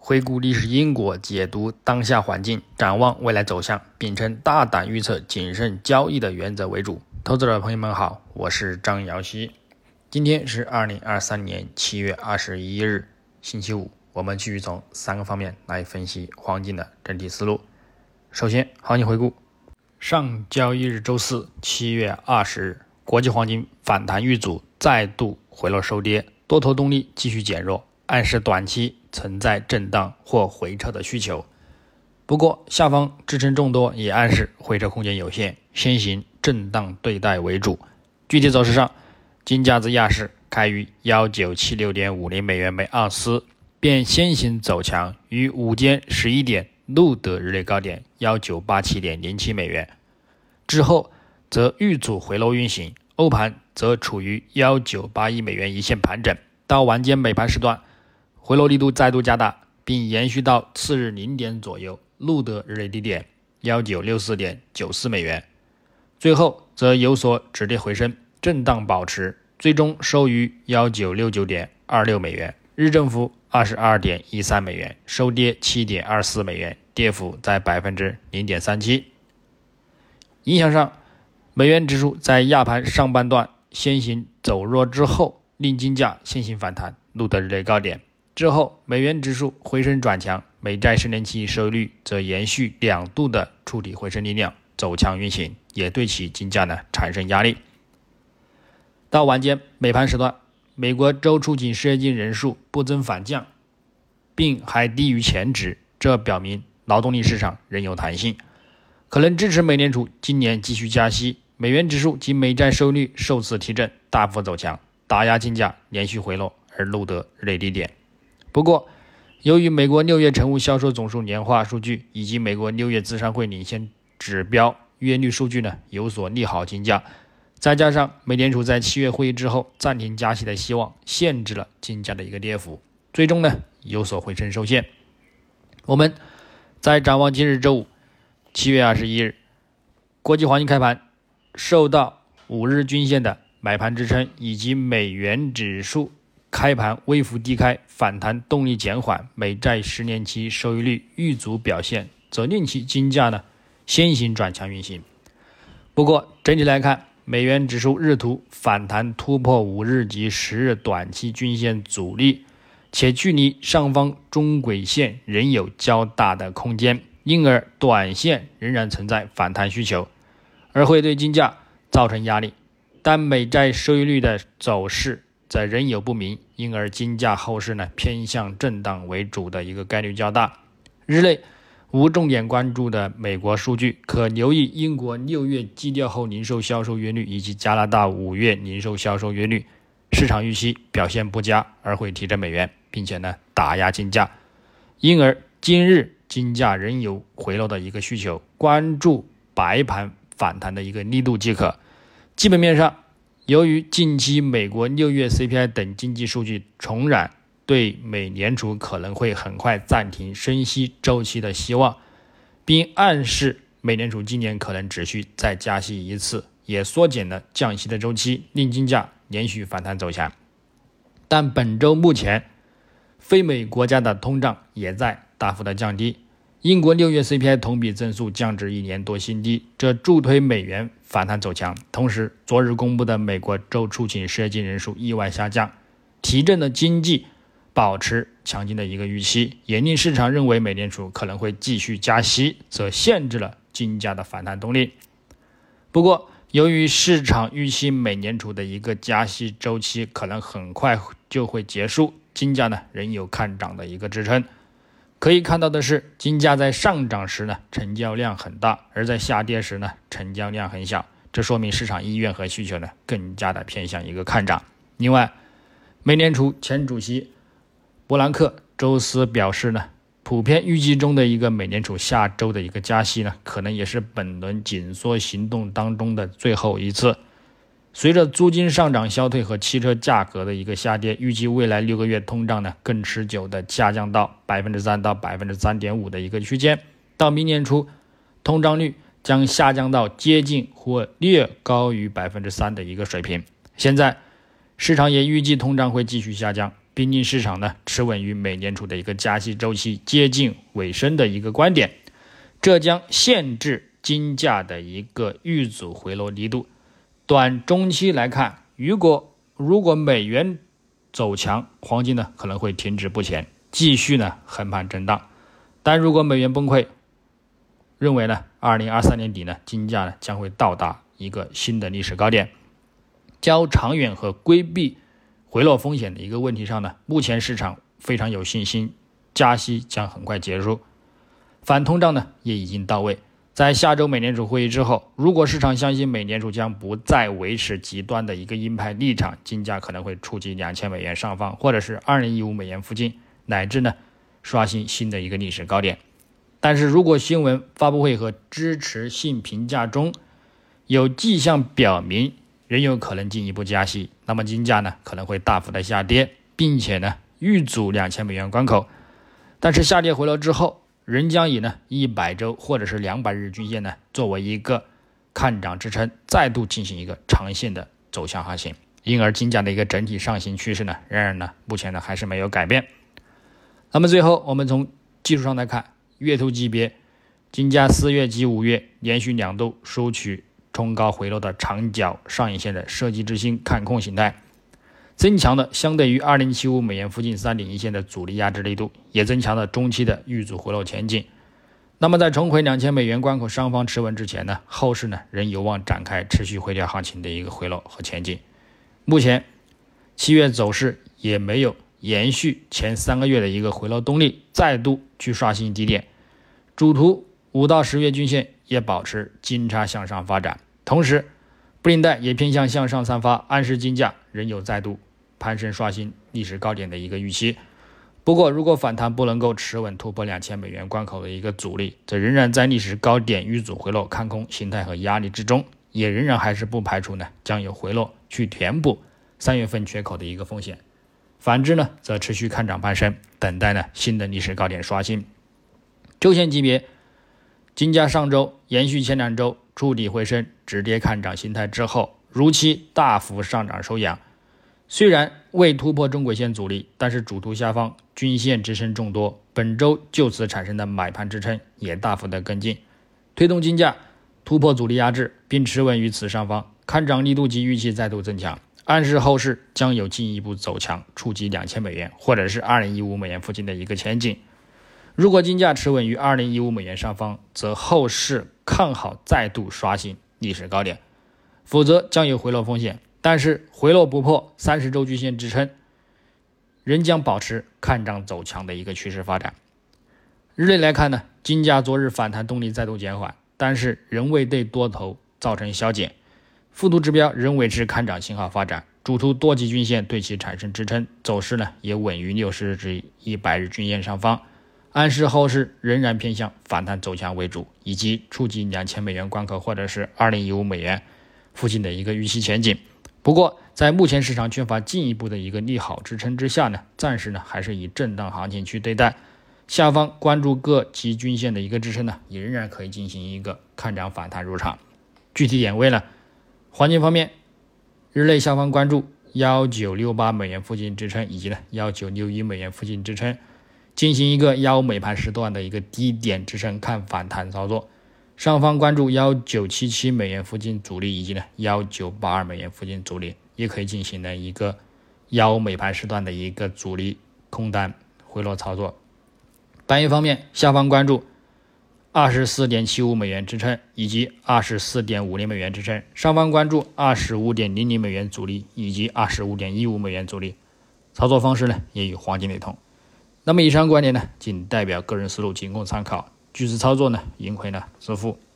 回顾历史因果，解读当下环境，展望未来走向，秉承大胆预测、谨慎交易的原则为主。投资者朋友们好，我是张瑶希。今天是2023年7月21日，星期五。我们继续从3个方面来分析黄金的整体思路。首先，行情回顾。上交易日周四7月20日，国际黄金反弹遇阻，再度回落收跌，多头动力继续减弱，暗示短期存在震荡或回撤的需求。不过下方支撑众多，也暗示回撤空间有限，先行震荡对待为主。具体走势上，金价自亚市开于 1976.50 美元每盎司，便先行走强，于午间11点录得日内高点 1987.07 美元，之后则遇阻回落运行，欧盘则处于1981美元一线盘整，到晚间美盘时段回落力度再度加大，并延续到次日0点左右，录得日内低点 1964.94 美元，最后则有所止跌回升，震荡保持，最终收于 1969.26 美元，日振幅 22.13 美元，收跌 7.24 美元，跌幅在 0.37%。 影响上，美元指数在亚盘上半段先行走弱之后，令金价先行反弹，录得日内高点，之后美元指数回升转强，美债10年期收益率则延续2度的触底回升力量，走强运行，也对其金价产生压力。到晚间美盘时段，美国周出勤失业金人数不增反降，并还低于前值，这表明劳动力市场仍有弹性，可能支持美联储今年继续加息。美元指数及美债收益率受此提振，大幅走强，打压金价连续回落而录得日内低点。不过由于美国6月成屋销售总数年化数据以及美国6月资商会领先指标月率数据有所利好金价，再加上美联储在7月会议之后暂停加息的希望，限制了金价的一个跌幅，最终有所回升受限。我们在展望今日周五7月21日，国际黄金开盘受到5日均线的买盘支撑，以及美元指数开盘微幅低开，反弹动力减缓，美债10年期收益率遇阻表现，则令其金价先行转强运行。不过整体来看，美元指数日图反弹突破5日及10日短期均线阻力，且距离上方中轨线仍有较大的空间，因而短线仍然存在反弹需求，而会对金价造成压力。但美债收益率的走势则仍有不明，因而金价后市偏向震荡为主的一个概率较大。日内无重点关注的美国数据，可留意英国6月基调后零售销售月率以及加拿大5月零售销售月率，市场预期表现不佳而会提振美元，并且打压金价，因而今日金价仍有回落的一个需求，关注白盘反弹的一个力度即可。基本面上，由于近期美国6月 CPI 等经济数据重燃对美联储可能会很快暂停升息周期的希望，并暗示美联储今年可能只需再加息一次，也缩减了降息的周期，令金价连续反弹走强。但本周目前非美国家的通胀也在大幅的降低，英国6月 CPI 同比增速降至1年多新低，这助推美元反弹走强。同时昨日公布的美国周出勤失业金人数意外下降，提振了经济保持强劲的一个预期，也令市场认为美联储可能会继续加息，则限制了金价的反弹动力。不过由于市场预期美联储的一个加息周期可能很快就会结束，金价仍有看涨的一个支撑。可以看到的是，金价在上涨时成交量很大，而在下跌时成交量很小，这说明市场意愿和需求更加的偏向一个看涨。另外，美联储前主席伯南克周四表示普遍预计中的一个美联储下周的一个加息可能也是本轮紧缩行动当中的最后一次。随着租金上涨消退和汽车价格的一个下跌，预计未来6个月通胀更持久的下降到 3% 到 3.5% 的一个区间，到明年初通胀率将下降到接近或略高于 3% 的一个水平。现在市场也预计通胀会继续下降， 濒临市场呢持稳于美联储的一个加息周期接近尾声的一个观点，这将限制金价的一个遇阻回落力度。短中期来看，如果美元走强，黄金呢可能会停止不前，继续呢横盘震荡。但如果美元崩溃，认为呢2023年底呢金价呢将会到达一个新的历史高点。较长远和规避回落风险的一个问题上呢，目前市场非常有信心，加息将很快结束，反通胀呢也已经到位。在下周美联储会议之后，如果市场相信美联储将不再维持极端的一个鹰派立场，金价可能会触及$2000上方，或者是2015美元附近，乃至呢刷新新的一个历史高点。但是如果新闻发布会和支持性评价中有迹象表明仍有可能进一步加息，那么金价呢可能会大幅的下跌，并且呢遇阻$2000关口。但是下跌回落之后，仍将以呢100周或者是200日均线呢作为一个看涨支撑，再度进行一个长线的走向行情。因而金价的一个整体上行趋势呢，仍然呢目前呢还是没有改变。那么最后我们从技术上来看，月图级别，金价4月及5月连续2度收取冲高回落的长角上影线的设计之星看空形态，增强了相对于2075美元附近3.1线的阻力压制力度，也增强了中期的遇阻回落前景。那么在重回$2000美元关口上方持稳之前呢，后市呢仍有望展开持续回调行情的一个回落和前进。目前7月走势也没有延续前3个月的一个回落动力，再度去刷新低点，主图5到10月均线也保持金叉向上发展，同时布林带也偏向向上散发，暗示金价仍有再度攀升刷新历史高点的一个预期。不过如果反弹不能够持稳突破$2000美元关口的一个阻力，则仍然在历史高点遇阻回落看空形态和压力之中，也仍然还是不排除呢将有回落去填补3月份缺口的一个风险。反之呢则持续看涨攀升，等待呢新的历史高点刷新。周线级别，金价上周延续前2周触底回升止跌看涨形态之后，如期大幅上涨收阳，虽然未突破中轨线阻力，但是主图下方均线支撑众多，本周就此产生的买盘支撑也大幅的跟进，推动金价突破阻力压制并持稳于此上方，看涨力度及预期再度增强，暗示后市将有进一步走强，触及$2000美元或者是2015美元附近的一个前景。如果金价持稳于2015美元上方，则后市看好再度刷新历史高点，否则将有回落风险。但是回落不破30周均线支撑，仍将保持看涨走强的一个趋势发展。日内来看呢，金价昨日反弹动力再度减缓，但是仍未对多头造成消减，附图指标仍维持看涨信号发展，主图多级均线对其产生支撑，走势呢也稳于60日至100日均线上方，暗示后市仍然偏向反弹走强为主，以及触及$2000美元关口或者是2015美元附近的一个预期前景。不过在目前市场缺乏进一步的一个利好支撑之下呢，暂时呢还是以震荡行情去对待。下方关注各级均线的一个支撑呢，也仍然可以进行一个看涨反弹入场。具体点位呢，黄金方面，日内下方关注1968美元附近支撑，以及呢1961美元附近支撑，进行一个15美盘时段的一个低点支撑看反弹操作。上方关注1977美元附近阻力，以及呢1982美元附近阻力，也可以进行呢一个15美盘时段的一个阻力空单回落操作。白银方面，下方关注24.75美元支撑以及24.50美元支撑，上方关注25.00美元阻力以及25.15美元阻力。操作方式呢也与黄金雷同。那么以上观点呢仅代表个人思路，仅供参考，据此操作呢盈亏呢自负。